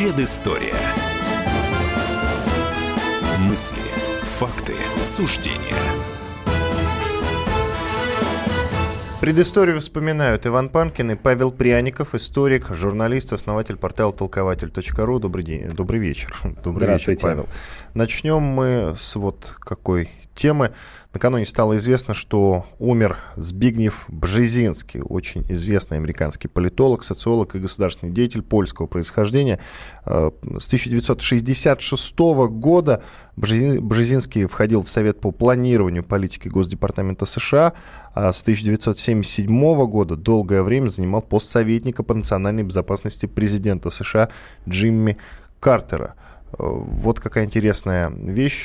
Предыстория. Мысли, факты, суждения. Предысторию вспоминают Иван Панкин и Павел Пряников, историк, журналист, основатель портала толкователь.ру. Добрый день, добрый вечер. Добрый вечер, Павел. Начнем мы с вот какой темы. Накануне стало известно, что умер Збигнев Бжезинский, очень известный американский политолог, социолог и государственный деятель польского происхождения. С 1966 года Бжезинский входил в Совет по планированию политики Госдепартамента США, а с 1977 года долгое время занимал пост советника по национальной безопасности президента США Джимми Картера. Вот какая интересная вещь.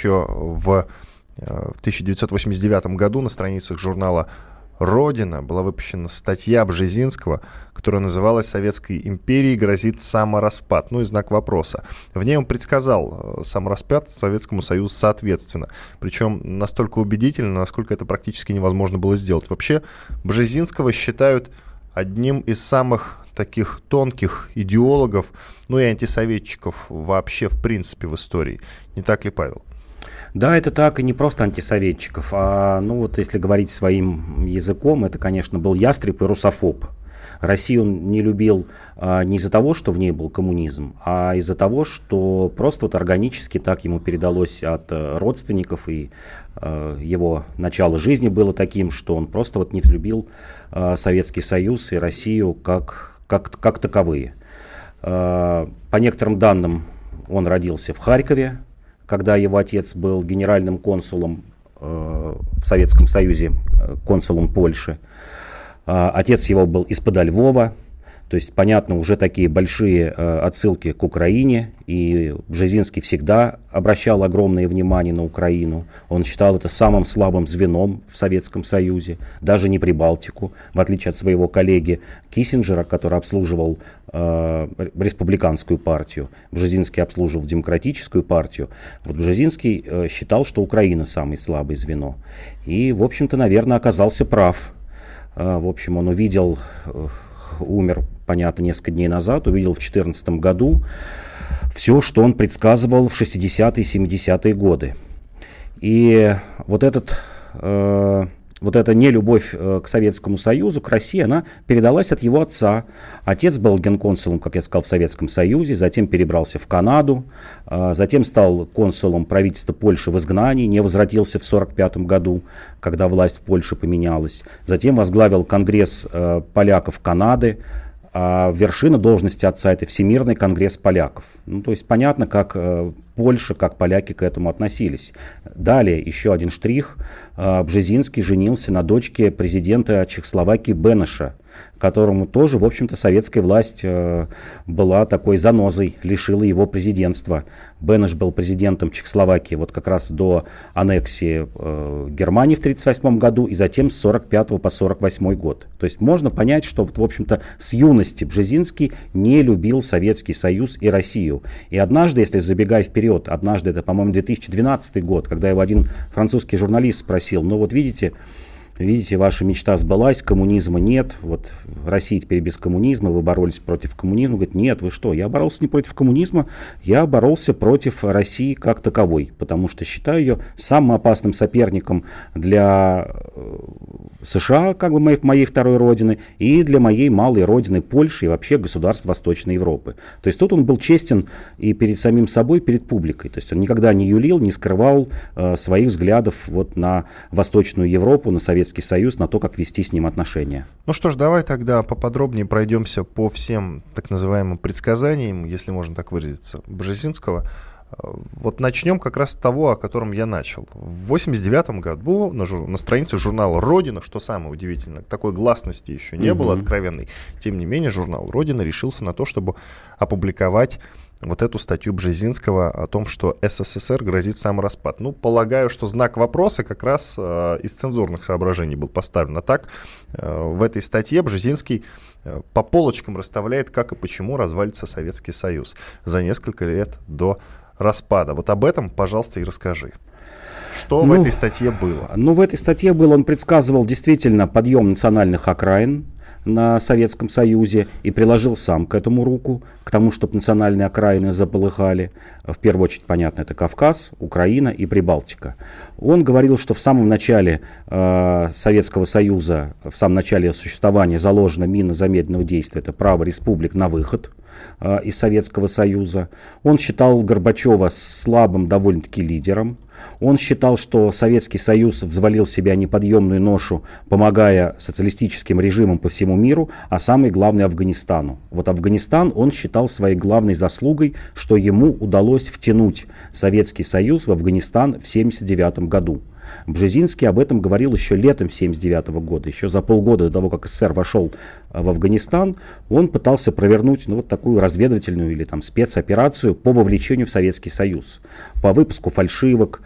В 1989 году на страницах журнала «Родина» была выпущена статья Бжезинского, которая называлась «Советской империи грозит самораспад», и знак вопроса. В ней он предсказал самораспад Советскому Союзу соответственно. Причем настолько убедительно, насколько это практически невозможно было сделать. Вообще, Бжезинского считают одним из самых таких тонких идеологов, и антисоветчиков вообще в принципе в истории. Не так ли, Павел? Да, это так, и не просто антисоветчиков, а, если говорить своим языком, это, конечно, был ястреб и русофоб. Россию он не любил не из-за того, что в ней был коммунизм, а из-за того, что просто органически так ему передалось от родственников, и его начало жизни было таким, что он просто не взлюбил Советский Союз и Россию как таковые. По некоторым данным, он родился в Харькове, когда его отец был генеральным консулом в Советском Союзе, консулом Польши. Отец его был из-под Львова, то есть, понятно, уже такие большие отсылки к Украине, и Бжезинский всегда обращал огромное внимание на Украину. Он считал это самым слабым звеном в Советском Союзе, даже не Прибалтику, в отличие от своего коллеги Киссинджера, который обслуживал республиканскую партию. Бжезинский обслуживал демократическую партию. Бжезинский считал, что Украина самое слабое звено. И, в общем-то, наверное, оказался прав. В общем, он умер, понятно, несколько дней назад, увидел в 2014 году все, что он предсказывал в 60-е и 70-е годы. И эта нелюбовь к Советскому Союзу, к России, она передалась от его отца. Отец был генконсулом, как я сказал, в Советском Союзе, затем перебрался в Канаду, затем стал консулом правительства Польши в изгнании, не возвратился в 1945 году, когда власть в Польше поменялась. Затем возглавил Конгресс поляков Канады. А вершина должности отца — это Всемирный конгресс поляков. То есть понятно, как Польша, как поляки к этому относились. Далее, еще один штрих. Бжезинский женился на дочке президента Чехословакии Бенеша, которому тоже, в общем-то, советская власть была такой занозой, лишила его президентства. Бенеш был президентом Чехословакии как раз до аннексии Германии в 1938 году и затем с 1945 по 1948 год. То есть можно понять, что, в общем-то, с юности Бжезинский не любил Советский Союз и Россию. И однажды, если забегая вперед, это, по-моему, 2012 год, когда его один французский журналист спросил, видите, ваша мечта сбылась, коммунизма нет, Россия теперь без коммунизма, вы боролись против коммунизма. Говорит, нет, вы что, я боролся не против коммунизма, я боролся против России как таковой, потому что считаю ее самым опасным соперником для США, моей второй родины, и для моей малой родины Польши и вообще государств Восточной Европы. То есть тут он был честен и перед самим собой, и перед публикой. То есть он никогда не юлил, не скрывал своих взглядов на Восточную Европу, на Советский Союз, на то, как вести с ним отношения. Ну что ж, давай тогда поподробнее пройдемся по всем так называемым предсказаниям, если можно так выразиться, Бжезинского. Начнем как раз с того, о котором я начал. В 1989 году на странице журнала «Родина», что самое удивительное, такой гласности еще не было откровенной, тем не менее журнал «Родина» решился на то, чтобы опубликовать эту статью Бжезинского о том, что СССР грозит самораспад. Полагаю, что знак вопроса как раз из цензурных соображений был поставлен. А так, в этой статье Бжезинский по полочкам расставляет, как и почему развалится Советский Союз за несколько лет до распада. Об этом, пожалуйста, и расскажи. Что в этой статье было? В этой статье он предсказывал действительно подъем национальных окраин, на Советском Союзе и приложил сам к этому руку, к тому, чтобы национальные окраины заполыхали. В первую очередь, понятно, это Кавказ, Украина и Прибалтика. Он говорил, что в самом начале Советского Союза, в самом начале существования заложено мина замедленного действия, это право республик на выход из Советского Союза. Он считал Горбачева слабым довольно-таки лидером. Он считал, что Советский Союз взвалил в себя неподъемную ношу, помогая социалистическим режимам по всему миру, а самое главное Афганистану. Вот Афганистан он считал своей главной заслугой, что ему удалось втянуть Советский Союз в Афганистан в 1979 году. Бжезинский об этом говорил еще летом 1979 года, еще за полгода до того, как СССР вошел в Афганистан. Он пытался провернуть вот такую разведывательную или спецоперацию по вовлечению в Советский Союз, по выпуску фальшивок,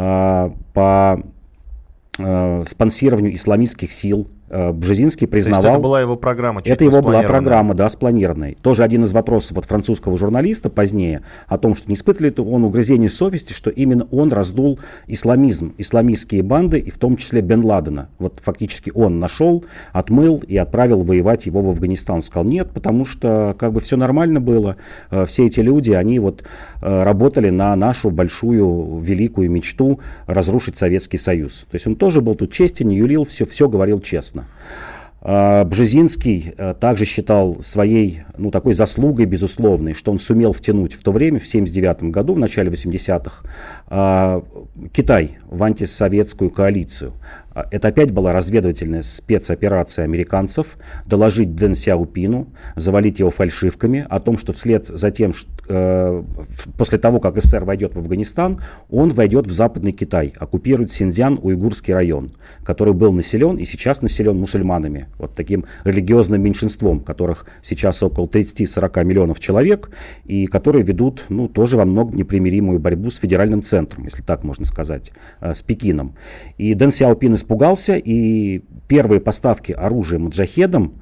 по спонсированию исламистских сил. Бжезинский признавал... То есть это была его программа? Это его была программа, да, спланированная. Тоже один из вопросов от французского журналиста позднее о том, что не испытывает ли он угрызение совести, что именно он раздул исламизм, исламистские банды, и в том числе Бен Ладена. Вот фактически он нашел, отмыл и отправил воевать его в Афганистан. Он сказал нет, потому что все нормально было. Все эти люди, они работали на нашу большую, великую мечту разрушить Советский Союз. То есть он тоже был тут честен, не юлил, все говорил честно. Бжезинский также считал своей такой заслугой безусловной, что он сумел втянуть в то время, в 1979 году, в начале 80-х, Китай в антисоветскую коалицию. Это опять была разведывательная спецоперация американцев, доложить Дэн Сяопину, завалить его фальшивками о том, что вслед за тем, после того, как СССР войдет в Афганистан, он войдет в Западный Китай, оккупирует Синьцзян, уйгурский район, который был населен и сейчас населен мусульманами, вот таким религиозным меньшинством, которых сейчас около 30-40 миллионов человек, и которые ведут тоже во многом непримиримую борьбу с федеральным центром, если так можно сказать, с Пекином. И Дэн Сяопин испугался, и первые поставки оружия маджахедам,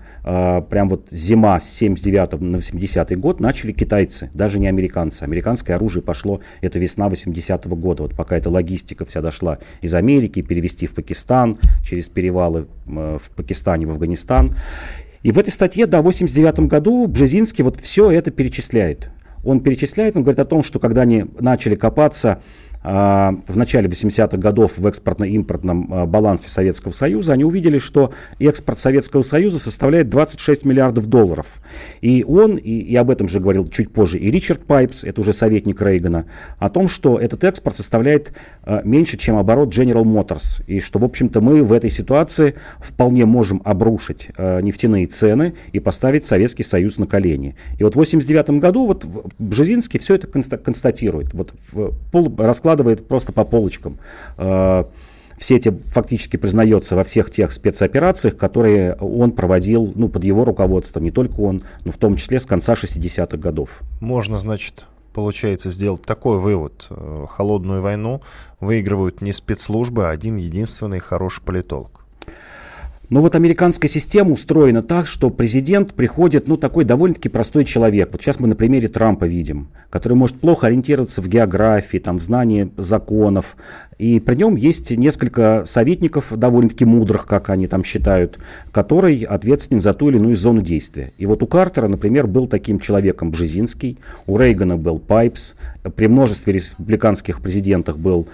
зима с 79 на 80 год, начали китайцы, даже не американцы. Американское оружие пошло, это весна 80-го года, вот пока эта логистика вся дошла из Америки, перевести в Пакистан, через перевалы в Пакистане в Афганистан. И в этой статье, в 89 году Бжезинский все это перечисляет. Он говорит о том, что когда они начали копаться в начале 80-х годов в экспортно-импортном балансе Советского Союза, они увидели, что экспорт Советского Союза составляет 26 миллиардов долларов. И он, и об этом же говорил чуть позже и Ричард Пайпс, это уже советник Рейгана, о том, что этот экспорт составляет меньше, чем оборот General Motors. И что, в общем-то, мы в этой ситуации вполне можем обрушить нефтяные цены и поставить Советский Союз на колени. И в 89 году Бжезинский все это констатирует, раскладывает просто по полочкам. Все эти фактически признается во всех тех спецоперациях, которые он проводил под его руководством, не только он, но в том числе с конца 60-х годов. Можно, получается, сделать такой вывод. Холодную войну выигрывают не спецслужбы, а один единственный хороший политолог. Но американская система устроена так, что президент приходит, такой довольно-таки простой человек. Вот сейчас мы на примере Трампа видим, который может плохо ориентироваться в географии, в знании законов. И при нем есть несколько советников, довольно-таки мудрых, как они считают, который ответственен за ту или иную зону действия. И у Картера, например, был таким человеком Бжезинский, у Рейгана был Пайпс, при множестве республиканских президентах был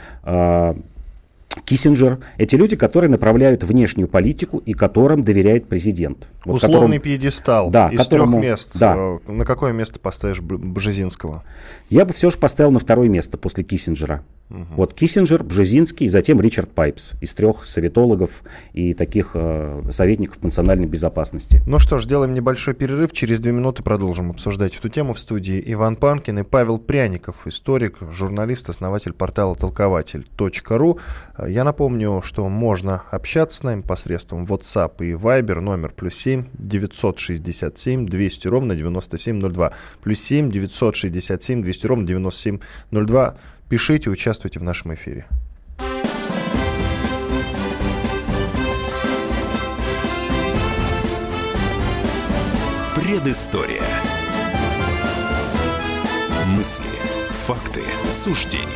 Киссинджер. Эти люди, которые направляют внешнюю политику и которым доверяет президент. Условный пьедестал из 3 мест. Да. На какое место поставишь Бжезинского? Я бы все же поставил на 2 место после Киссинджера. Угу. Киссинджер, Бжезинский и затем Ричард Пайпс из 3 советологов и таких советников по национальной безопасности. Ну что ж, сделаем небольшой перерыв. Через 2 минуты продолжим обсуждать эту тему. В студии Иван Панкин и Павел Пряников, историк, журналист, основатель портала толкователь.ру. Я напомню, что можно общаться с нами посредством WhatsApp и Viber, номер +7 967 200 ровно 9702. +7 967 200 ровно 9702. Пишите, участвуйте в нашем эфире. Предыстория. Мысли, факты, суждения.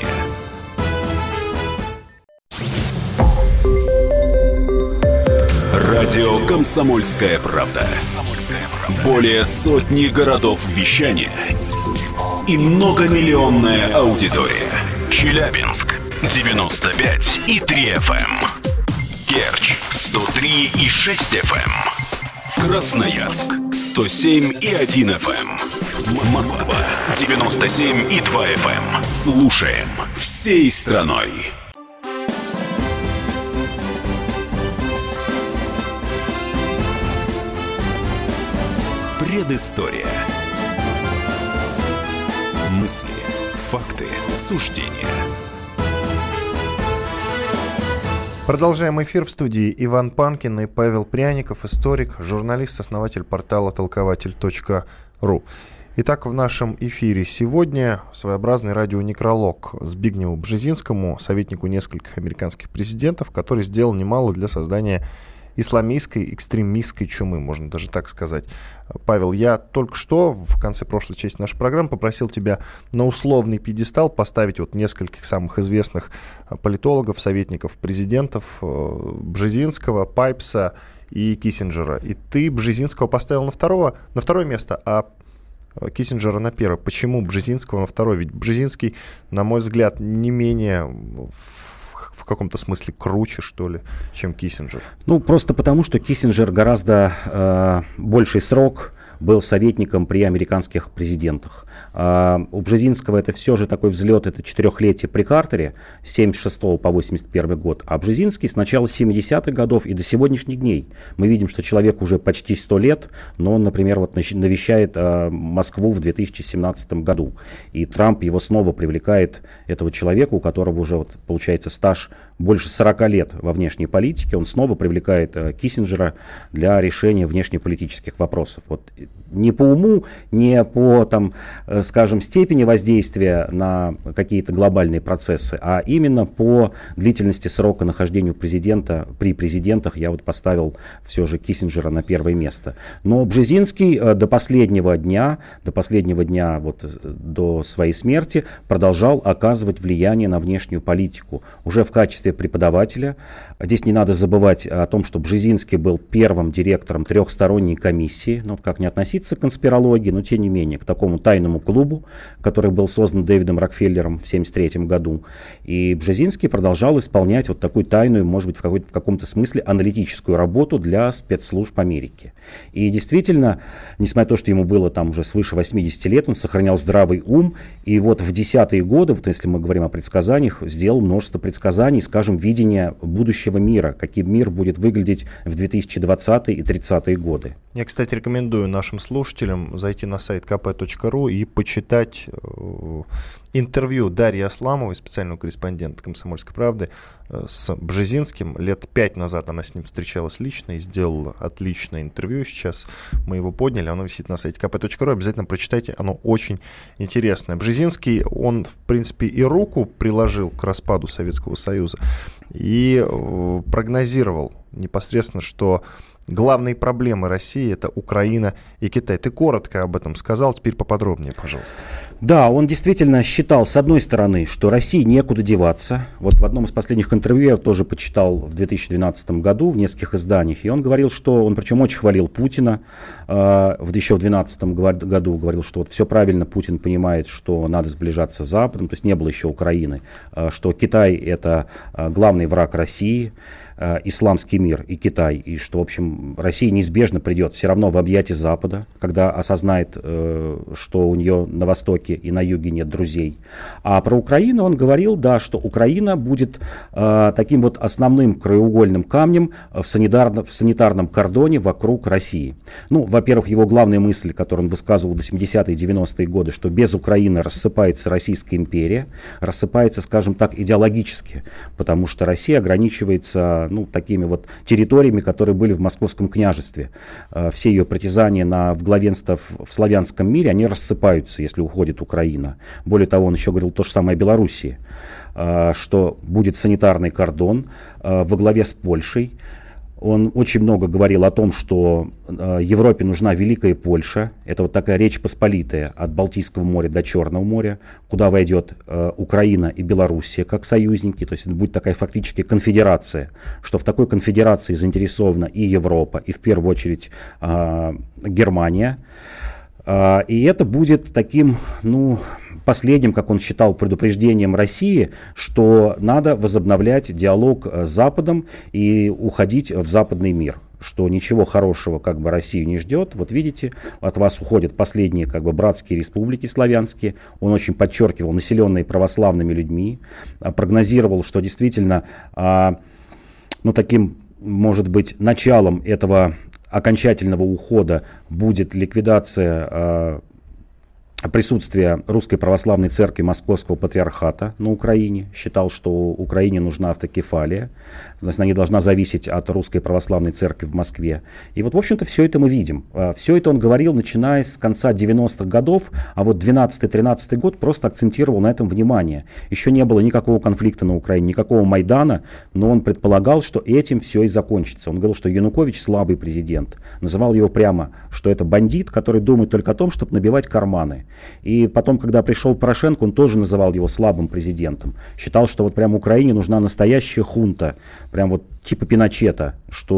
Радио «Комсомольская правда». Более сотни городов вещания и многомиллионная аудитория. Челябинск 95,3 FM. Керчь 103,6 FM. Красноярск 107,1 FM. Москва 97,2 FM. Слушаем всей страной. Предыстория. Мысли, факты, суждения. Продолжаем эфир. В студии Иван Панкин и Павел Пряников, историк, журналист, основатель портала толкователь.ру. Итак, в нашем эфире сегодня своеобразный радионекролог Збигневу Бжезинскому, советнику нескольких американских президентов, который сделал немало для создания исламистской, экстремистской чумы, можно даже так сказать. Павел, я только что в конце прошлой части нашей программы попросил тебя на условный пьедестал поставить вот нескольких самых известных политологов, советников президентов: Бжезинского, Пайпса и Киссинджера. И ты Бжезинского поставил на второе место, а Киссинджера на первое. Почему Бжезинского на второе? Ведь Бжезинский, на мой взгляд, не менее в каком-то смысле круче, что ли, чем Киссинджер. Ну, просто потому, что Киссинджер гораздо больший срок был советником при американских президентах. У Бжезинского это все же такой взлет, это 4-летие при Картере, с 76 по 81 год. А Бжезинский с начала 70-х годов и до сегодняшних дней. Мы видим, что человек уже почти 100 лет, но он, например, вот навещает Москву в 2017 году. И Трамп его снова привлекает, этого человека, у которого уже, вот, получается, стаж больше 40 лет во внешней политике, он снова привлекает Киссинджера для решения внешнеполитических вопросов. Вот не по уму, не по, там, скажем, степени воздействия на какие-то глобальные процессы, а именно по длительности срока нахождения президента, при президентах я вот поставил все же Киссинджера на первое место. Но Бжезинский до последнего дня, вот, до своей смерти продолжал оказывать влияние на внешнюю политику. Уже в качестве преподавателя. Здесь не надо забывать о том, что Бжезинский был первым директором трехсторонней комиссии. Ну, как не относиться к конспирологии, но тем не менее к такому тайному клубу, который был создан Дэвидом Рокфеллером в 1973 году. И Бжезинский продолжал исполнять вот такую тайную, может быть, в каком-то смысле аналитическую работу для спецслужб Америки. И действительно, несмотря на то, что ему было там уже свыше 80 лет, он сохранял здравый ум. И вот в 10-е годы, вот если мы говорим о предсказаниях, сделал множество предсказаний, скажем, видения будущего мира, каким мир будет выглядеть в 2020-е и 30-е годы. Я, кстати, рекомендую нашим слушателям зайти на сайт kp.ru и почитать интервью Дарьи Асламовой, специального корреспондента «Комсомольской правды», с Бжезинским. Лет 5 назад она с ним встречалась лично и сделала отличное интервью. Сейчас мы его подняли, оно висит на сайте kp.ru. Обязательно прочитайте, оно очень интересное. Бжезинский, он, в принципе, и руку приложил к распаду Советского Союза и прогнозировал непосредственно, что главные проблемы России — это Украина и Китай. Ты коротко об этом сказал, теперь поподробнее, пожалуйста. Да, он действительно считал, с одной стороны, что России некуда деваться. Вот в одном из последних интервью я тоже почитал в 2012 году в нескольких изданиях, и он говорил, что он, причем очень хвалил Путина, еще в 2012 году говорил, что вот все правильно, Путин понимает, что надо сближаться с Западом, то есть не было еще Украины, что Китай — это главный враг России, исламский мир и Китай, и что, в общем, Россия неизбежно придет все равно в объятия Запада, когда осознает, что у нее на востоке и на юге нет друзей. А про Украину он говорил, да, что Украина будет таким вот основным краеугольным камнем в санитарном кордоне вокруг России. Ну, во-первых, его главная мысль, которую он высказывал в 80-е и 90-е годы, что без Украины рассыпается Российская империя, рассыпается, скажем так, идеологически, потому что Россия ограничивается такими вот территориями, которые были в Московском княжестве. Все ее притязания в главенство в славянском мире, они рассыпаются, если уходит Украина. Более того, он еще говорил то же самое о Белоруссии, что будет санитарный кордон во главе с Польшей. Он очень много говорил о том, что Европе нужна Великая Польша. Это вот такая Речь Посполитая от Балтийского моря до Черного моря, куда войдет Украина и Белоруссия как союзники. То есть это будет такая фактически конфедерация, что в такой конфедерации заинтересована и Европа, и в первую очередь Германия. И это будет таким, последним, как он считал, предупреждением России, что надо возобновлять диалог с Западом и уходить в западный мир, что ничего хорошего как бы Россию не ждет. Вот видите, от вас уходят последние как бы братские республики славянские. Он очень подчеркивал, населенные православными людьми, прогнозировал, что действительно таким, может быть, началом этого окончательного ухода будет ликвидация присутствия Русской Православной Церкви Московского Патриархата на Украине. Считал, что Украине нужна автокефалия, то есть она не должна зависеть от Русской Православной Церкви в Москве. И вот, в общем-то, все это мы видим. Все это он говорил, начиная с конца 90-х годов, а вот 12-13 год просто акцентировал на этом внимание. Еще не было никакого конфликта на Украине, никакого Майдана, но он предполагал, что этим все и закончится. Он говорил, что Янукович слабый президент. Называл его прямо, что это бандит, который думает только о том, чтобы набивать карманы. И потом, когда пришел Порошенко, он тоже называл его слабым президентом. Считал, что вот прямо Украине нужна настоящая хунта, прям вот типа Пиночета,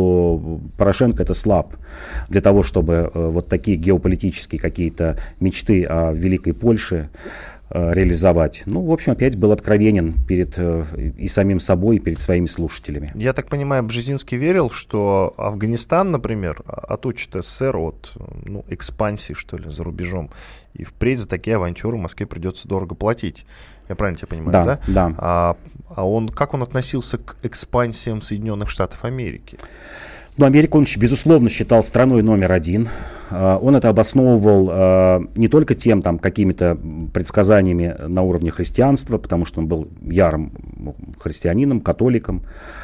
что Порошенко это слаб для того, чтобы вот такие геополитические какие-то мечты о Великой Польше реализовать. В общем, опять был откровенен перед и самим собой, и перед своими слушателями. Я так понимаю, Бжезинский верил, что Афганистан, например, отучит СССР от экспансии, что ли, за рубежом. И впредь за такие авантюры Москве придется дорого платить. Я правильно тебя понимаю, да? Да. Как он относился к экспансиям Соединенных Штатов Америки? Америку он, безусловно, считал страной номер один. Он это обосновывал не только тем какими-то предсказаниями на уровне христианства, потому что он был ярым христианином, католиком,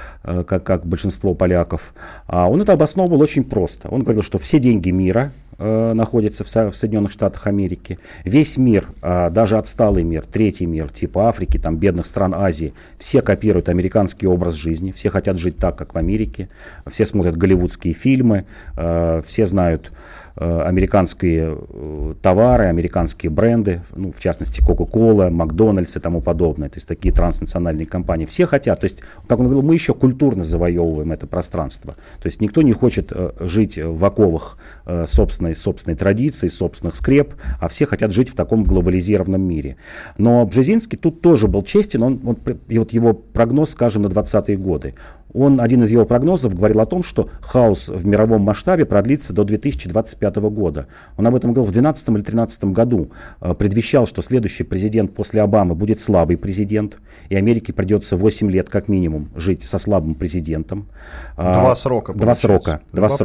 как большинство поляков. Он это обосновывал очень просто. Он говорил, что все деньги мира находятся в Соединенных Штатах Америки. Весь мир, даже отсталый мир, третий мир, типа Африки, бедных стран Азии, все копируют американский образ жизни, все хотят жить так, как в Америке, все смотрят голливудские фильмы, все знают американские товары, американские бренды, в частности Coca-Cola, Макдональдс и тому подобное, то есть такие транснациональные компании. Все хотят, то есть, как он говорил, мы еще культурно завоевываем это пространство. То есть никто не хочет жить в оковах собственной традиции, собственных скреп, а все хотят жить в таком глобализированном мире. Но Бжезинский тут тоже был честен, и вот его прогноз, скажем, на 20-е годы. Один из его прогнозов говорил о том, что хаос в мировом масштабе продлится до 2025 года. Он об этом говорил в 2012 или 2013 году. Предвещал, что следующий президент после Обамы будет слабый президент, и Америке придется 8 лет как минимум жить со слабым президентом. Два срока. Два срока.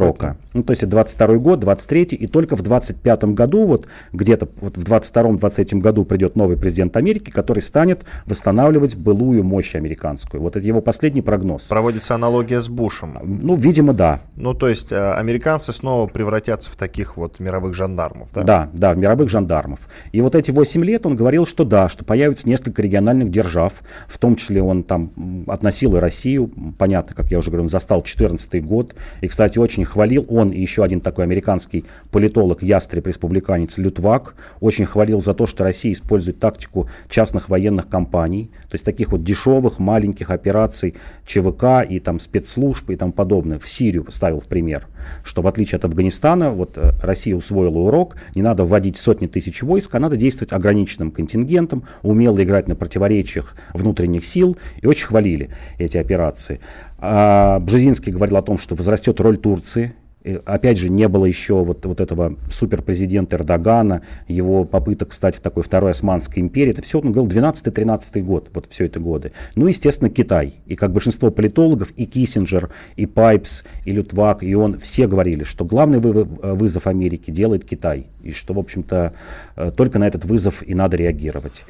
То есть 22 год, 23 и только в 25 году, где-то в 22-23 году придет новый президент Америки, который станет восстанавливать былую мощь американскую. Вот это его последний прогноз. Проводится аналогия с Бушем. Видимо, да. То есть американцы снова превратятся в таких мировых жандармов, да? Да, в мировых жандармов. И вот эти 8 лет он говорил, что что появится несколько региональных держав, в том числе он относил и Россию, понятно, как я уже говорил, он застал 2014 год, и, кстати, очень хвалил, он и еще один такой американский политолог, ястреб-республиканец Лютвак, очень хвалил за то, что Россия использует тактику частных военных компаний, то есть таких дешевых, маленьких операций ЧВК и спецслужб и тому подобное. В Сирию ставил в пример, что в отличие от Афганистана, Россия усвоила урок, не надо вводить сотни тысяч войск, а надо действовать ограниченным контингентом, умело играть на противоречиях внутренних сил, и очень хвалили эти операции. Бжезинский говорил о том, что возрастет роль Турции. Опять же, не было еще этого суперпрезидента Эрдогана, его попыток стать в такой второй Османской империи. Это все, он говорил, 12-13 год, все это годы. Естественно, Китай. И как большинство политологов, и Киссинджер, и Пайпс, и Лютвак, и он, все говорили, что главный вызов Америке делает Китай. И что, в общем-то, только на этот вызов и надо реагировать.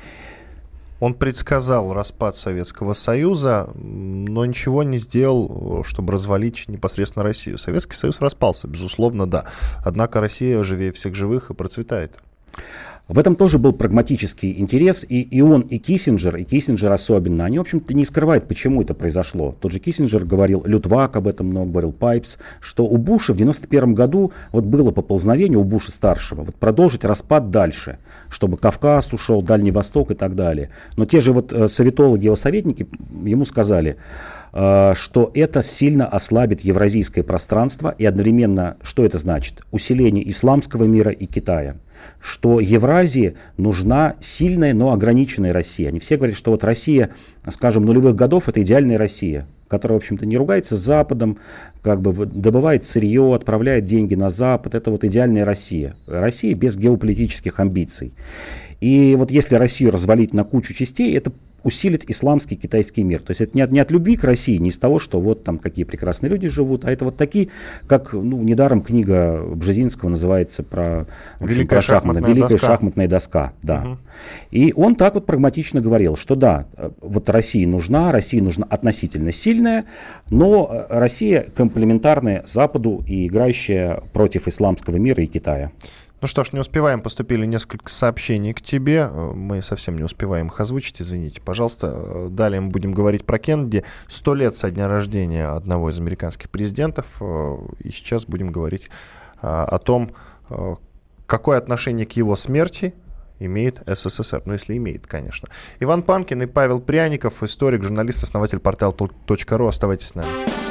Он предсказал распад Советского Союза, но ничего не сделал, чтобы развалить непосредственно Россию. Советский Союз распался, безусловно, да. Однако Россия живее всех живых и процветает. В этом тоже был прагматический интерес, и он, и Киссинджер особенно, они, в общем-то, не скрывают, почему это произошло. Тот же Киссинджер говорил, Лютвак об этом много говорил, Пайпс, что у Буша в 91 году вот было поползновение у Буша-старшего, вот продолжить распад дальше, чтобы Кавказ ушел, Дальний Восток и так далее. Но те же вот советологи, его советники ему сказали, что это сильно ослабит евразийское пространство, и одновременно, что это значит? Усиление исламского мира и Китая. Что Евразии нужна сильная, но ограниченная Россия. Они все говорят, что вот Россия, скажем, нулевых годов — это идеальная Россия, которая, в общем-то, не ругается с Западом, как бы добывает сырье, отправляет деньги на Запад. Это вот идеальная Россия. Россия без геополитических амбиций. И вот если Россию развалить на кучу частей, это усилит исламский китайский мир. То есть это не от любви к России, не из того, что вот там какие прекрасные люди живут, а это вот такие, как недаром книга Бжезинского называется про «Великая шахматная доска». Да. Угу. И он так вот прагматично говорил, что да, вот Россия нужна относительно сильная, но Россия комплементарная Западу и играющая против исламского мира и Китая. Ну что ж, не успеваем, поступили несколько сообщений к тебе, мы совсем не успеваем их озвучить, извините, пожалуйста. Далее мы будем говорить про Кеннеди, 100 лет со дня рождения одного из американских президентов, и сейчас будем говорить о том, какое отношение к его смерти имеет СССР, ну если имеет, конечно. Иван Панкин и Павел Пряников, историк, журналист, основатель портала .ру, оставайтесь с нами.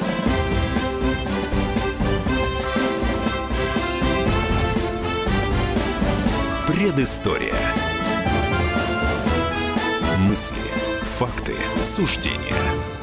Предыстория. Мысли, факты, суждения.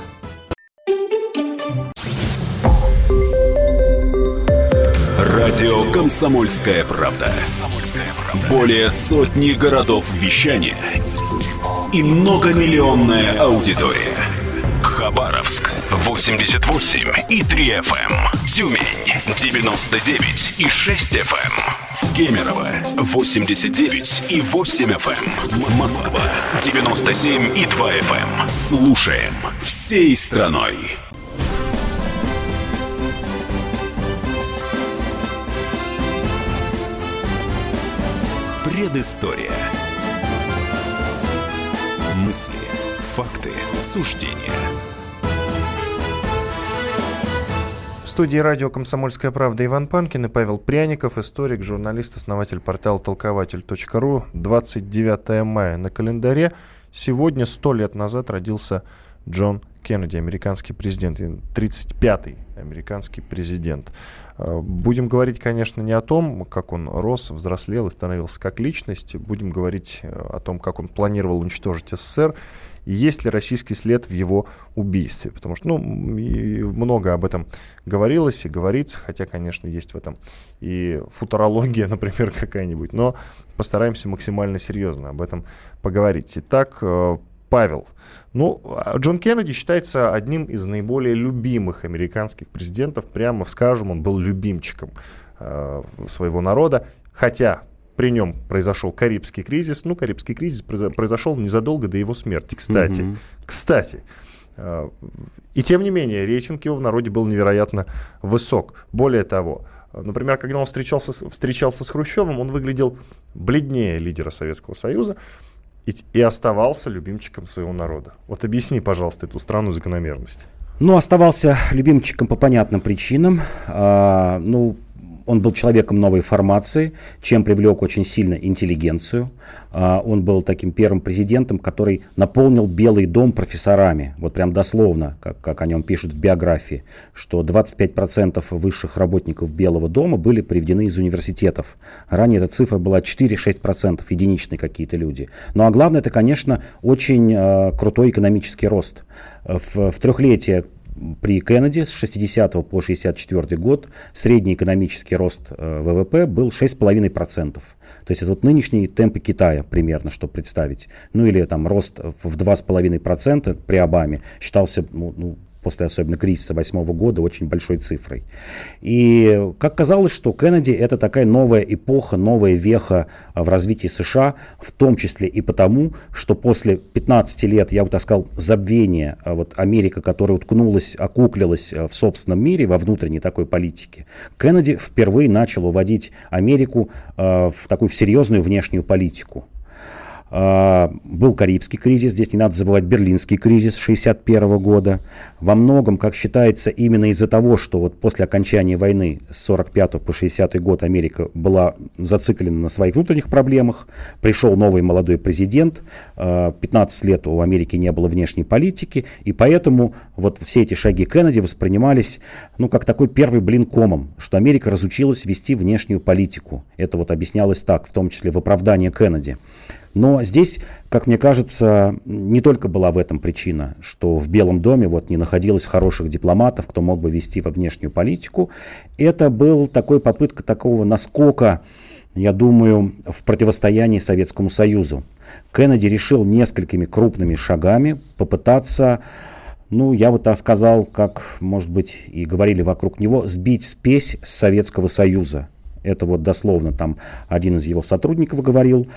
Радио «Комсомольская правда». Более сотни городов вещания и многомиллионная аудитория. Хабаровск 88,3 FM, Тюмень 99,6 FM, Кемерово 89,8 FM, Москва 97,2 FM. Слушаем всей страной. Предыстория. Мысли, факты, суждения. В студии радио «Комсомольская правда» Иван Панкин и Павел Пряников, историк, журналист, основатель портала толкователь.ру. 29 мая на календаре. Сегодня, 100 лет назад, родился Джон Кеннеди, американский президент, 35-й американский президент. Будем говорить, конечно, не о том, как он рос, взрослел и становился как личность. Будем говорить о том, как он планировал уничтожить СССР. И есть ли российский след в его убийстве? Потому что, и много об этом говорилось и говорится, хотя, конечно, есть в этом и футурология, например, какая-нибудь, но постараемся максимально серьезно об этом поговорить. Итак, Павел. Джон Кеннеди считается одним из наиболее любимых американских президентов. Прямо скажем, он был любимчиком своего народа, хотя при нем произошел Карибский кризис. Карибский кризис произошел незадолго до его смерти, кстати. И тем не менее, рейтинг его в народе был невероятно высок. Более того, например, когда он встречался с Хрущевым, он выглядел бледнее лидера Советского Союза и оставался любимчиком своего народа. Вот объясни, пожалуйста, эту странную закономерность. Оставался любимчиком по понятным причинам. Он был человеком новой формации, чем привлек очень сильно интеллигенцию. Он был таким первым президентом, который наполнил Белый дом профессорами. Вот прям дословно, как о нем пишут в биографии, что 25% высших работников Белого дома были приведены из университетов. Ранее эта цифра была 4-6%, единичные какие-то люди. А главное, это, конечно, очень крутой экономический рост. В трехлетие при Кеннеди с 60 по 64 год средний экономический рост ВВП был 6,5%. То есть это вот нынешние темпы Китая примерно, чтобы представить. Или там рост в 2,5% при Обаме считался после особенно кризиса 2008 года, очень большой цифрой. И как казалось, что Кеннеди — это такая новая эпоха, новая веха в развитии США, в том числе и потому, что после 15 лет, я бы так сказал, забвения вот Америка, которая уткнулась, окуклилась в собственном мире, во внутренней такой политике, Кеннеди впервые начал уводить Америку в такую серьезную внешнюю политику. Был Карибский кризис, здесь не надо забывать Берлинский кризис 1961 года. Во многом, как считается, именно из-за того, что вот после окончания войны с 1945 по 1960 год Америка была зациклена на своих внутренних проблемах, пришел новый молодой президент, 15 лет у Америки не было внешней политики, и поэтому вот все эти шаги Кеннеди воспринимались, ну, как такой первый блин комом, что Америка разучилась вести внешнюю политику. Это вот объяснялось так, в том числе в оправдании Кеннеди. Но здесь, как мне кажется, не только была в этом причина, что в Белом доме вот не находилось хороших дипломатов, кто мог бы вести во внешнюю политику. Это была такая попытка такого наскока, я думаю, в противостоянии Советскому Союзу. Кеннеди решил несколькими крупными шагами попытаться, ну, я бы так сказал, как, может быть, и говорили вокруг него, сбить спесь с Советского Союза. Это вот дословно там один из его сотрудников говорил.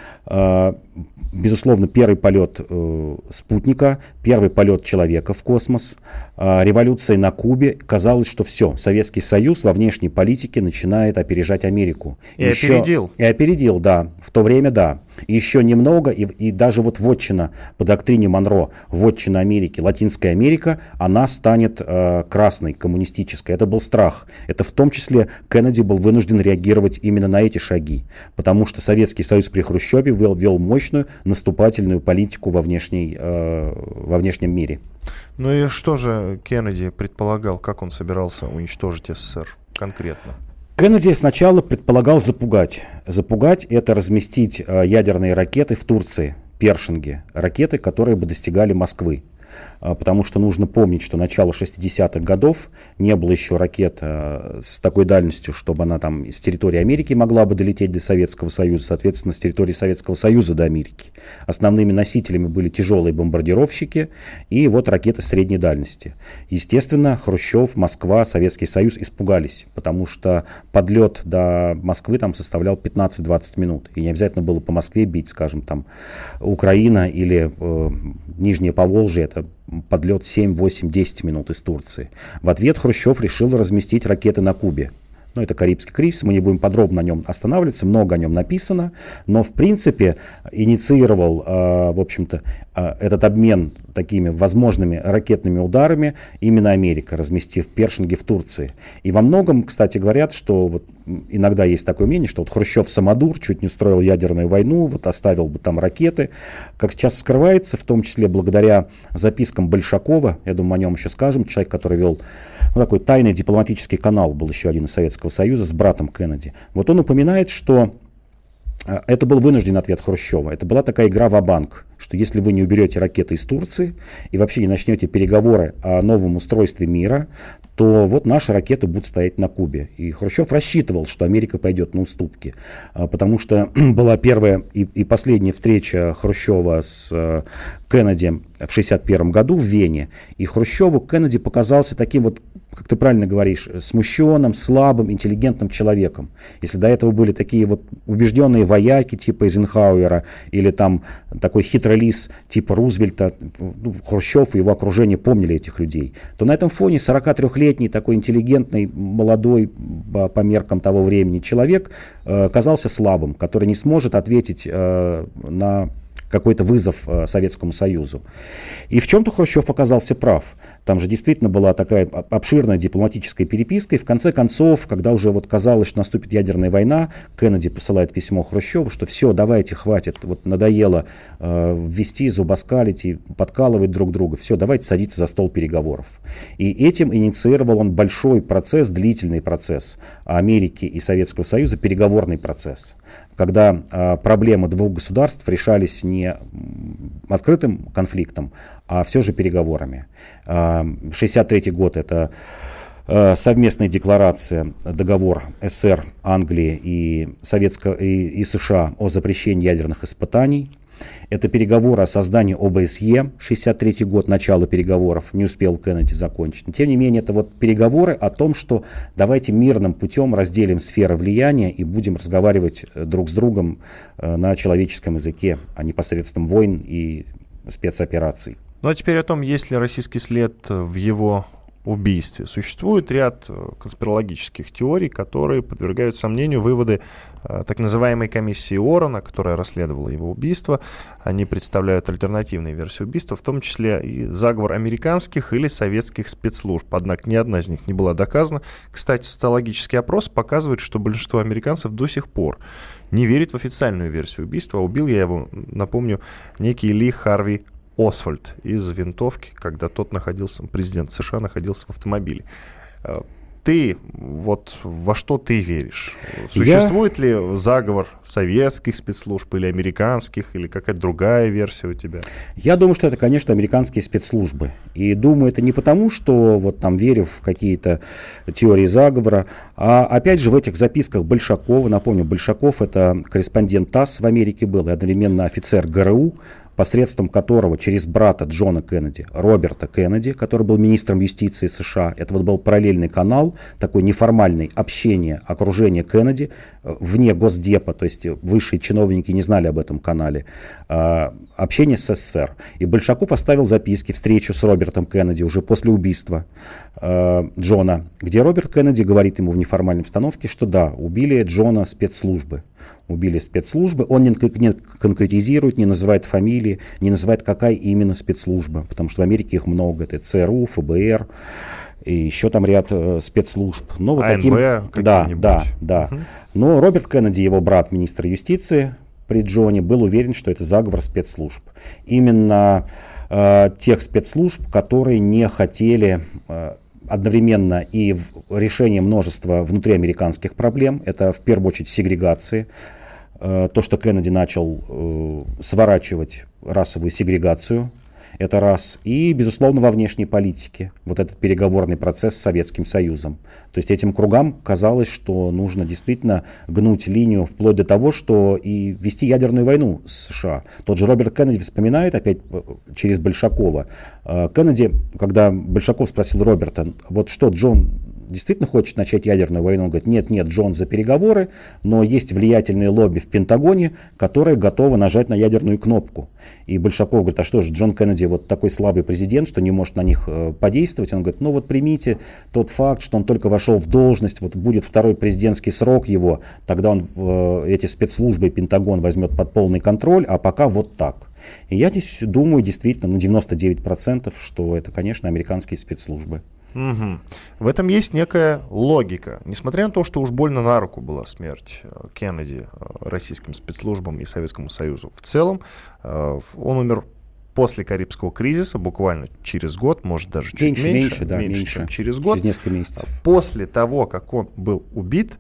Безусловно, первый полет спутника, первый полет человека в космос, революция на Кубе. Казалось, что все, Советский Союз во внешней политике начинает опережать Америку. Опередил. И опередил, да. В то время, да. Еще немного, и даже вот вотчина по доктрине Монро, вотчина Америки, Латинская Америка, она станет красной, коммунистической. Это был страх. Это в том числе Кеннеди был вынужден реагировать именно на эти шаги, потому что Советский Союз при Хрущеве вел мощную наступательную политику во внешнем мире. Ну и что же Кеннеди предполагал, как он собирался уничтожить СССР конкретно? Кеннеди сначала предполагал запугать. Запугать — это разместить ядерные ракеты в Турции, Першинге, ракеты, которые бы достигали Москвы. Потому что нужно помнить, что начало 60-х годов не было еще ракет с такой дальностью, чтобы она там с территории Америки могла бы долететь до Советского Союза, соответственно, с территории Советского Союза до Америки. Основными носителями были тяжелые бомбардировщики и вот ракеты средней дальности. Естественно, Хрущев, Москва, Советский Союз испугались, потому что подлет до Москвы там составлял 15-20 минут. И не обязательно было по Москве бить, скажем, там Украина или Нижнее Поволжье, это подлет 7, 8, 10 минут из Турции. В ответ Хрущев решил разместить ракеты на Кубе. Ну, это Карибский кризис, мы не будем подробно на нем останавливаться, много о нем написано, но, в принципе, инициировал, в общем-то, этот обмен такими возможными ракетными ударами именно Америка, разместив Першинги в Турции. И во многом, кстати, говорят, что вот иногда есть такое мнение, что вот Хрущев самодур, чуть не устроил ядерную войну, вот оставил бы там ракеты. Как сейчас скрывается, в том числе благодаря запискам Большакова, я думаю, о нем еще скажем, человек, который вел такой тайный дипломатический канал, был еще один из Советского Союза с братом Кеннеди. Вот он упоминает, что это был вынужденный ответ Хрущева. Это была такая игра ва-банк, что если вы не уберете ракеты из Турции и вообще не начнете переговоры о новом устройстве мира, то вот наши ракеты будут стоять на Кубе. И Хрущев рассчитывал, что Америка пойдет на уступки, потому что была первая и последняя встреча Хрущева с Кеннеди в 1961 году в Вене. И Хрущеву Кеннеди показался таким вот, как ты правильно говоришь, смущенным, слабым, интеллигентным человеком. Если до этого были такие вот убежденные вояки типа Эйзенхауэра или там такой хитрый лис типа Рузвельта, Хрущев и его окружение помнили этих людей, то на этом фоне 43-летний такой интеллигентный, молодой по меркам того времени человек казался слабым, который не сможет ответить на какой-то вызов Советскому Союзу. И в чем-то Хрущев оказался прав. Там же действительно была такая обширная дипломатическая переписка, и в конце концов, когда уже вот казалось, что наступит ядерная война, Кеннеди посылает письмо Хрущеву, что все, давайте, хватит, вот надоело ввести, зубоскалить и подкалывать друг друга, все, давайте садиться за стол переговоров. И этим инициировал он большой процесс, длительный процесс Америки и Советского Союза, переговорный процесс, когда проблемы двух государств решались не открытым конфликтом, а все же переговорами. 1963 год — это совместная декларация, договор СССР, Англии и США о запрещении ядерных испытаний. Это переговоры о создании ОБСЕ, 1963 год, начало переговоров, не успел Кеннеди закончить. Но, тем не менее, это вот переговоры о том, что давайте мирным путем разделим сферы влияния и будем разговаривать друг с другом на человеческом языке, а не посредством войн и спецопераций. Ну а теперь о том, есть ли российский след в его убийстве. Существует ряд конспирологических теорий, которые подвергают сомнению выводы так называемой комиссии Уоррена, которая расследовала его убийство. Они представляют альтернативные версии убийства, в том числе и заговор американских или советских спецслужб. Однако ни одна из них не была доказана. Кстати, социологический опрос показывает, что большинство американцев до сих пор не верит в официальную версию убийства. А убил я его, напомню, некий Ли Харви Освальд из винтовки, когда тот находился, президент США находился в автомобиле. Ты, вот во что ты веришь? Существует ли заговор советских спецслужб или американских, или какая-то другая версия у тебя? Я думаю, что это, конечно, американские спецслужбы. И думаю, это не потому, что вот там верю в какие-то теории заговора, а опять же в этих записках Большакова, напомню, Большаков это корреспондент ТАСС в Америке был, и одновременно офицер ГРУ, посредством которого через брата Джона Кеннеди, Роберта Кеннеди, который был министром юстиции США, это вот был параллельный канал, такой неформальный общение, окружение Кеннеди вне Госдепа, то есть высшие чиновники не знали об этом канале, общение с СССР. И Большаков оставил записки, встречу с Робертом Кеннеди уже после убийства Джона, где Роберт Кеннеди говорит ему в неформальной обстановке, что да, убили Джона спецслужбы. Убили спецслужбы, он не конкретизирует, не называет фамилии, не называет, какая именно спецслужба, потому что в Америке их много, это ЦРУ, ФБР, и еще там ряд спецслужб. Но вот АНБ да. Угу. Но Роберт Кеннеди, его брат, министр юстиции при Джоне, был уверен, что это заговор спецслужб. Именно тех спецслужб, которые не хотели одновременно и решение множества внутриамериканских проблем, это в первую очередь сегрегации, то, что Кеннеди начал сворачивать расовую сегрегацию, это раз, и, безусловно, во внешней политике, вот этот переговорный процесс с Советским Союзом. То есть этим кругам казалось, что нужно действительно гнуть линию вплоть до того, что и вести ядерную войну с США. Тот же Роберт Кеннеди вспоминает, опять через Большакова, Кеннеди, когда Большаков спросил Роберта, вот что, Джон действительно хочет начать ядерную войну? Он говорит, нет, Джон за переговоры, но есть влиятельные лобби в Пентагоне, которые готовы нажать на ядерную кнопку. И Большаков говорит, а что же, Джон Кеннеди вот такой слабый президент, что не может на них подействовать? Он говорит, ну вот примите тот факт, что он только вошел в должность, вот будет второй президентский срок его, тогда он эти спецслужбы Пентагон возьмет под полный контроль, а пока вот так. И я здесь думаю действительно на 99%, что это, конечно, американские спецслужбы. Угу. В этом есть некая логика. Несмотря на то, что уж больно на руку была смерть Кеннеди российским спецслужбам и Советскому Союзу, в целом он умер после Карибского кризиса, буквально через год, может даже чуть меньше, чем через год. Через несколько месяцев. После того, как он был убит,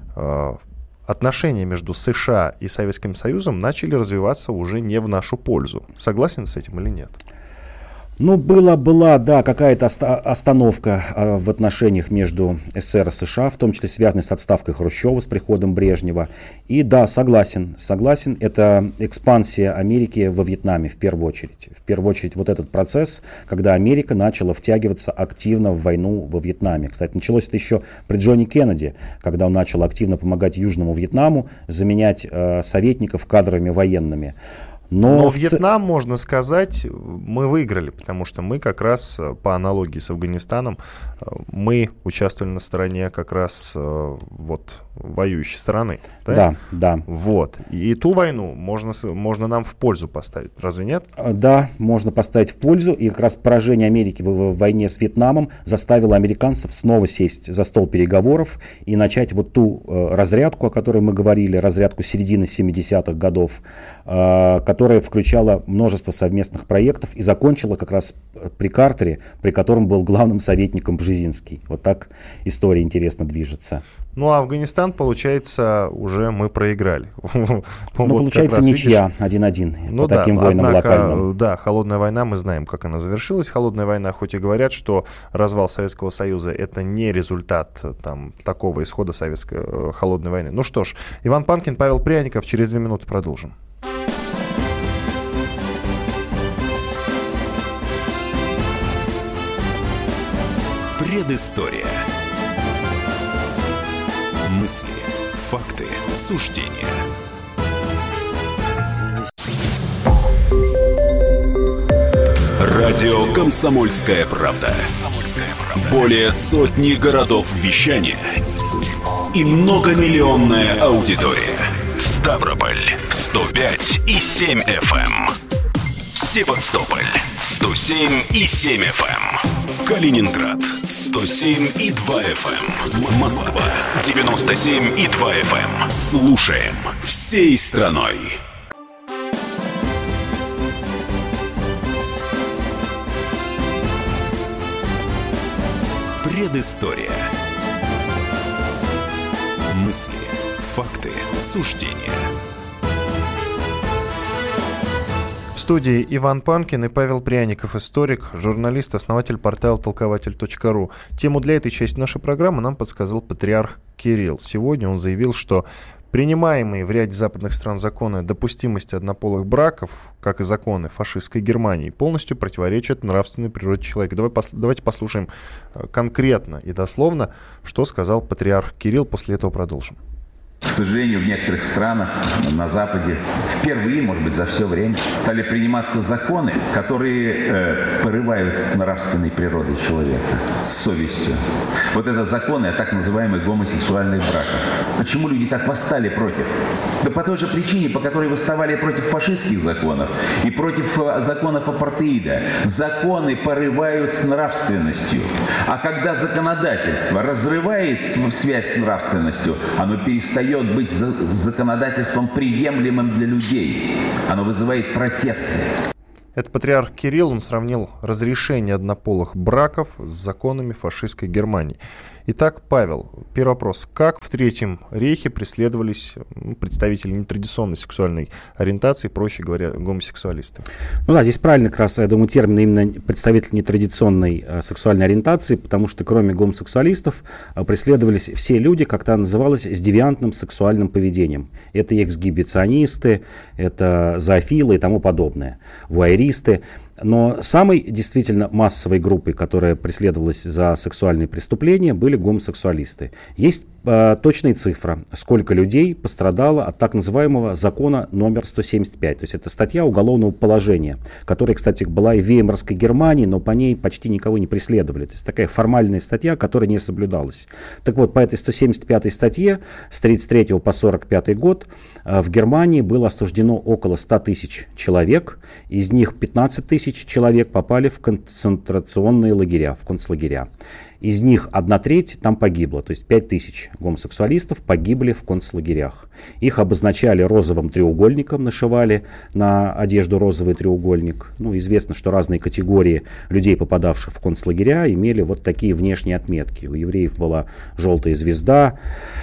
отношения между США и Советским Союзом начали развиваться уже не в нашу пользу. Согласен с этим или нет? Ну, была, да, какая-то остановка в отношениях между СССР и США, в том числе связанной с отставкой Хрущева, с приходом Брежнева. И да, согласен, это экспансия Америки во Вьетнаме в первую очередь. В первую очередь вот этот процесс, когда Америка начала втягиваться активно в войну во Вьетнаме. Кстати, началось это еще при Джоне Кеннеди, когда он начал активно помогать Южному Вьетнаму, заменять советников кадровыми военными. Но Вьетнам, можно сказать, мы выиграли, потому что мы как раз, по аналогии с Афганистаном, мы участвовали на стороне как раз вот воюющей стороны. Да. Вот. И ту войну можно нам в пользу поставить, разве нет? Да, можно поставить в пользу. И как раз поражение Америки в войне с Вьетнамом заставило американцев снова сесть за стол переговоров и начать вот ту разрядку, о которой мы говорили, разрядку середины 70-х годов, которая включала множество совместных проектов и закончила как раз при Картере, при котором был главным советником Бжезинский. Вот так история интересно движется. Ну, а Афганистан, получается, уже мы проиграли. Ну, получается, ничья 1-1 по таким войнам локальным. Да, холодная война, мы знаем, как она завершилась. Холодная война, хоть и говорят, что развал Советского Союза — это не результат там такого исхода советской холодной войны. Ну что ж, Иван Панкин, Павел Пряников, через 2 минуты продолжим. Предыстория. Мысли, факты, суждения. Радио «Комсомольская правда». Более сотни городов вещания и многомиллионная аудитория. Ставрополь 105,7 FM. Севастополь 107,7 FM. Калининград 107,2 FM. Москва 97,2 FM. Слушаем всей страной. Предыстория. Мысли, факты, суждения. В студии Иван Панкин и Павел Пряников, историк, журналист, основатель портала толкователь.ру. Тему для этой части нашей программы нам подсказал патриарх Кирилл. Сегодня он заявил, что принимаемые в ряде западных стран законы о допустимости однополых браков, как и законы фашистской Германии, полностью противоречат нравственной природе человека. Давайте послушаем конкретно и дословно, что сказал патриарх Кирилл. После этого продолжим. К сожалению, в некоторых странах на Западе впервые, может быть, за все время стали приниматься законы, которые порывают с нравственной природой человека, с совестью. Вот это законы о так называемых гомосексуальных браках. Почему люди так восстали против? Да по той же причине, по которой восставали против фашистских законов и против законов апартеида. Законы порывают с нравственностью. А когда законодательство разрывает связь с нравственностью, оно перестает быть законодательством приемлемым для людей. Оно вызывает протесты. Это патриарх Кирилл, он сравнил разрешение однополых браков с законами фашистской Германии. Итак, Павел, первый вопрос. Как в Третьем рейхе преследовались представители нетрадиционной сексуальной ориентации, проще говоря, гомосексуалисты? Ну да, здесь правильно как раз, я думаю, термин именно представитель нетрадиционной сексуальной ориентации, потому что кроме гомосексуалистов преследовались все люди, как это называлось, с девиантным сексуальным поведением. Это эксгибиционисты, это зоофилы и тому подобное, вуайеристы. Но самой действительно массовой группой, которая преследовалась за сексуальные преступления, были гомосексуалисты. Есть точная цифра, сколько людей пострадало от так называемого закона номер 175. То есть это статья уголовного положения, которая, кстати, была и в Веймарской Германии, но по ней почти никого не преследовали. То есть такая формальная статья, которая не соблюдалась. Так вот, по этой 175 статье с 1933 по 1945 год в Германии было осуждено около 100 тысяч человек. Из них 15 тысяч человек попали в концентрационные лагеря, в концлагеря. Из них 1/3 там погибло, то есть 5000 гомосексуалистов погибли в концлагерях. Их обозначали розовым треугольником, нашивали на одежду розовый треугольник. Ну, известно, что разные категории людей, попадавших в концлагеря, имели вот такие внешние отметки. У евреев была желтая звезда,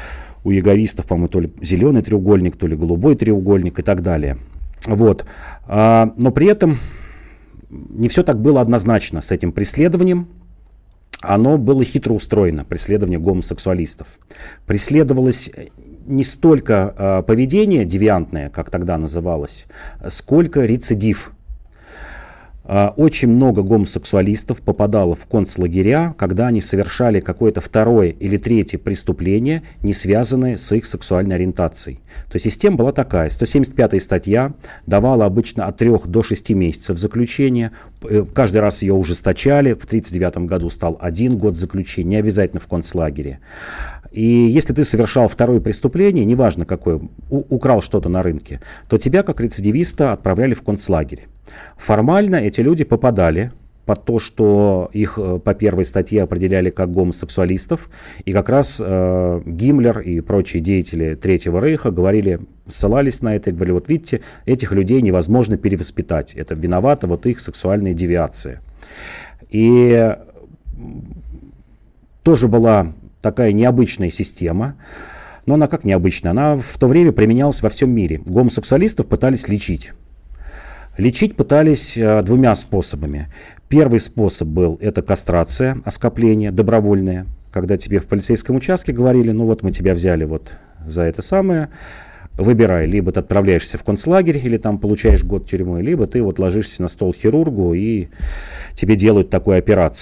у яговистов, по-моему, то ли зеленый треугольник, то ли голубой треугольник и так далее. Вот. Но при этом не все так было однозначно с этим преследованием. Оно было хитро устроено, преследование гомосексуалистов. Преследовалось не столько поведение девиантное, как тогда называлось, сколько рецидив. Очень много гомосексуалистов попадало в концлагеря, когда они совершали какое-то второе или третье преступление, не связанное с их сексуальной ориентацией. То есть система была такая. 175-я статья давала обычно от 3 до 6 месяцев заключения. Каждый раз ее ужесточали. В 1939 году стал 1 год заключения, не обязательно в концлагере. И если ты совершал второе преступление, неважно какое, украл что-то на рынке, то тебя как рецидивиста отправляли в концлагерь. Формально эти люди попадали под то, что их по первой статье определяли как гомосексуалистов. И как раз Гиммлер и прочие деятели Третьего Рейха ссылались на это и говорили, вот видите, этих людей невозможно перевоспитать. Это виновата вот их сексуальная девиация. И тоже была такая необычная система. Но она как необычная? Она в то время применялась во всем мире. Гомосексуалистов пытались лечить. Лечить пытались 2 способами. Первый способ был это кастрация, оскопление добровольное, когда тебе в полицейском участке говорили, ну вот мы тебя взяли вот за это самое, выбирай, либо ты отправляешься в концлагерь или там получаешь год тюрьмы, либо ты вот ложишься на стол хирургу и тебе делают такую операцию.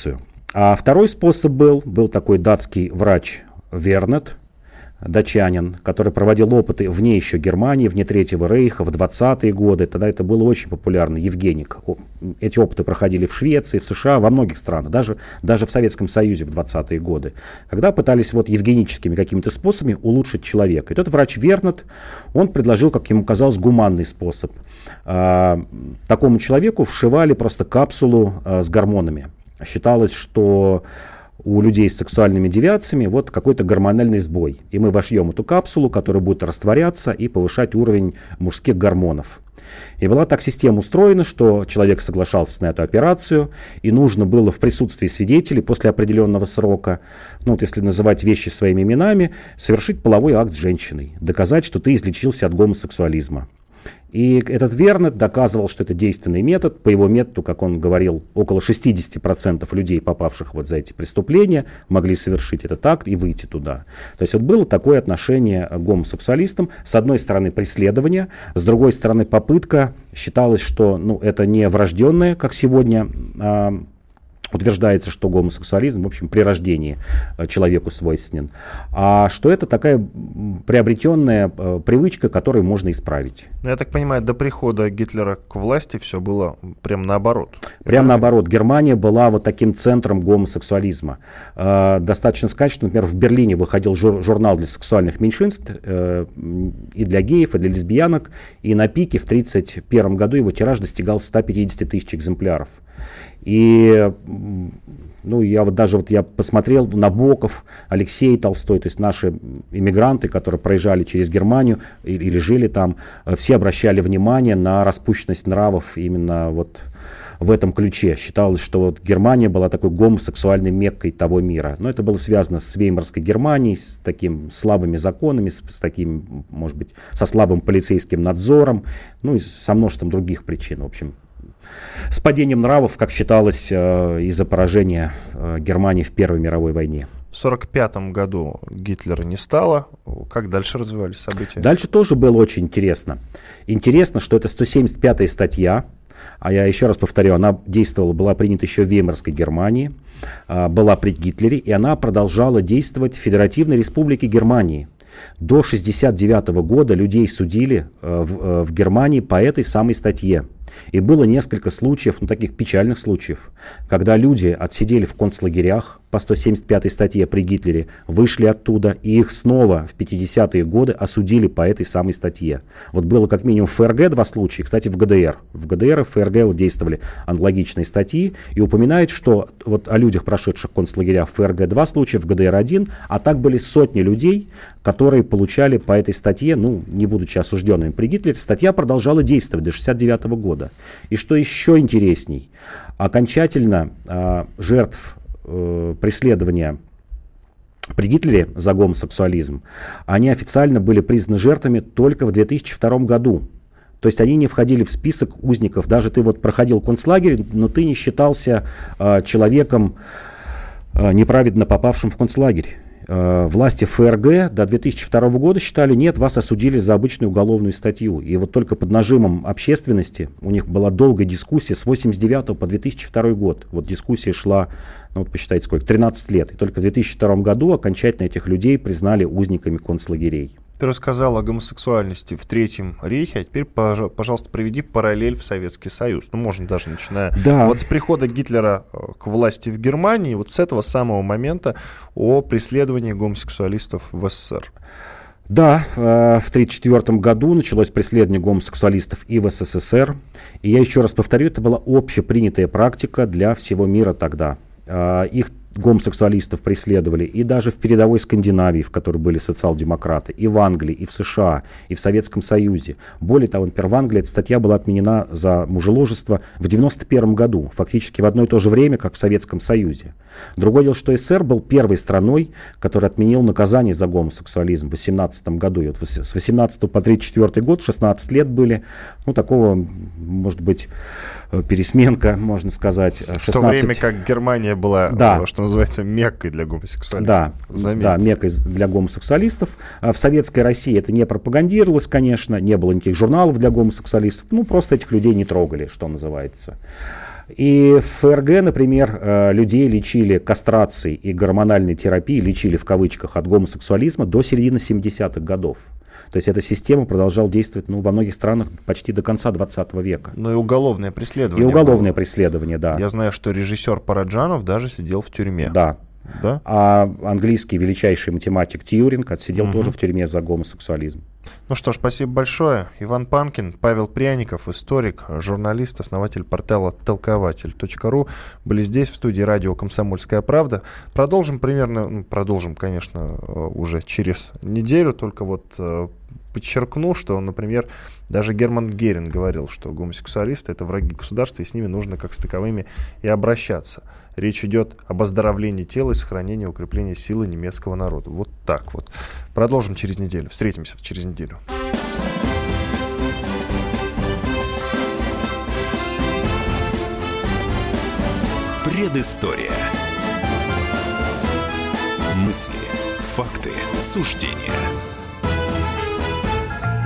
А второй способ был такой датский врач Вернет, датчанин, который проводил опыты вне еще Германии, вне Третьего Рейха в 20-е годы. Тогда это было очень популярно, евгеник. Эти опыты проходили в Швеции, в США, во многих странах, даже в Советском Союзе в 20-е годы, когда пытались евгеническими какими-то способами улучшить человека. И тот врач Вернет, он предложил, как ему казалось, гуманный способ. Такому человеку вшивали просто капсулу с гормонами. Считалось, что у людей с сексуальными девиациями какой-то гормональный сбой. И мы вошьем эту капсулу, которая будет растворяться и повышать уровень мужских гормонов. И была так система устроена, что человек соглашался на эту операцию, и нужно было в присутствии свидетелей после определенного срока, если называть вещи своими именами, совершить половой акт с женщиной, доказать, что ты излечился от гомосексуализма. И этот Вернет доказывал, что это действенный метод. По его методу, как он говорил, около 60% людей, попавших за эти преступления, могли совершить этот акт и выйти туда. То есть было такое отношение к гомосексуалистам. С одной стороны преследование, с другой стороны попытка. Считалось, что это не врожденное, как сегодня утверждается, что гомосексуализм, в общем, при рождении человеку свойственен, а что это такая приобретенная привычка, которую можно исправить. Я так понимаю, до прихода Гитлера к власти все было прям наоборот. Прям наоборот. Германия была таким центром гомосексуализма. Достаточно сказать, что, например, в Берлине выходил журнал для сексуальных меньшинств и для геев, и для лесбиянок, и на пике в 1931 году его тираж достигал 150 тысяч экземпляров. И я посмотрел Набоков, Алексей Толстой, то есть наши иммигранты, которые проезжали через Германию или жили там, все обращали внимание на распущенность нравов именно в этом ключе. Считалось, что Германия была такой гомосексуальной меккой того мира. Но это было связано с Веймарской Германией, с такими слабыми законами, с таким, может быть, со слабым полицейским надзором, и со множеством других причин, в общем. С падением нравов, как считалось, из-за поражения Германии в Первой мировой войне. В 1945 году Гитлера не стало. Как дальше развивались события? Дальше тоже было очень интересно. Интересно, что это 175-я статья, а я еще раз повторю, она была принята еще в Веймарской Германии, была при Гитлере, и она продолжала действовать в Федеративной Республике Германии. До 1969 года людей судили в Германии по этой самой статье. И было несколько случаев, таких печальных случаев, когда люди отсидели в концлагерях по 175 статье при Гитлере, вышли оттуда, и их снова в 50-е годы осудили по этой самой статье. Было как минимум в ФРГ 2 случая, кстати, в ГДР. В ГДР и ФРГ действовали аналогичные статьи, и упоминает, что о людях, прошедших концлагеря в ФРГ 2 случая, в ГДР 1, а так были сотни людей, которые получали по этой статье, не будучи осужденными при Гитлере, статья продолжала действовать до 1969 года. И что еще интересней, окончательно жертв преследования при Гитлере за гомосексуализм, они официально были признаны жертвами только в 2002 году. То есть они не входили в список узников. Даже ты проходил концлагерь, но ты не считался человеком, неправедно попавшим в концлагерь. Власти ФРГ до 2002 года считали, нет, вас осудили за обычную уголовную статью. И только под нажимом общественности у них была долгая дискуссия с 1989 по 2002 год. Дискуссия шла, посчитайте сколько, 13 лет. И только в 2002 году окончательно этих людей признали узниками концлагерей. Ты рассказал о гомосексуальности в Третьем Рейхе, а теперь, пожалуйста, приведи параллель в Советский Союз. Можно даже начиная с прихода Гитлера к власти в Германии, с этого самого момента о преследовании гомосексуалистов в СССР. Да, в 1934 году началось преследование гомосексуалистов и в СССР. И я еще раз повторю, это была общепринятая практика для всего мира тогда. Их гомосексуалистов преследовали и даже в передовой Скандинавии, в которой были социал-демократы, и в Англии, и в США, и в Советском Союзе. Более того, например, в Англии эта статья была отменена за мужеложество в 1991 году, фактически в одно и то же время, как в Советском Союзе. Другое дело, что СССР был первой страной, которая отменил наказание за гомосексуализм в 1918 году. И с 18 по 34 год, 16 лет были, такого, может быть, пересменка, можно сказать. 16... В то время как Германия была, что называется, меккой для гомосексуалистов. Да, меккой для гомосексуалистов. В Советской России это не пропагандировалось, конечно, не было никаких журналов для гомосексуалистов. Просто этих людей не трогали, что называется. И в ФРГ, например, людей лечили кастрацией и гормональной терапией, лечили в кавычках от гомосексуализма до середины 70-х годов. То есть эта система продолжала действовать во многих странах почти до конца 20 века. Но и уголовное преследование. И уголовное преследование, да. Я знаю, что режиссер Параджанов даже сидел в тюрьме. Да. Да? А английский величайший математик Тьюринг отсидел тоже в тюрьме за гомосексуализм. Ну что ж, спасибо большое. Иван Панкин, Павел Пряников, историк, журналист, основатель портала толкователь.ру были здесь, в студии радио «Комсомольская правда». Продолжим, конечно, уже через неделю, только вот подчеркну, что, например, даже Герман Геринг говорил, что гомосексуалисты — это враги государства, и с ними нужно как с таковыми и обращаться. Речь идет об оздоровлении тела и сохранении и укреплении силы немецкого народа. Вот так вот. Продолжим через неделю. Встретимся через неделю. Предыстория. Мысли, факты, суждения.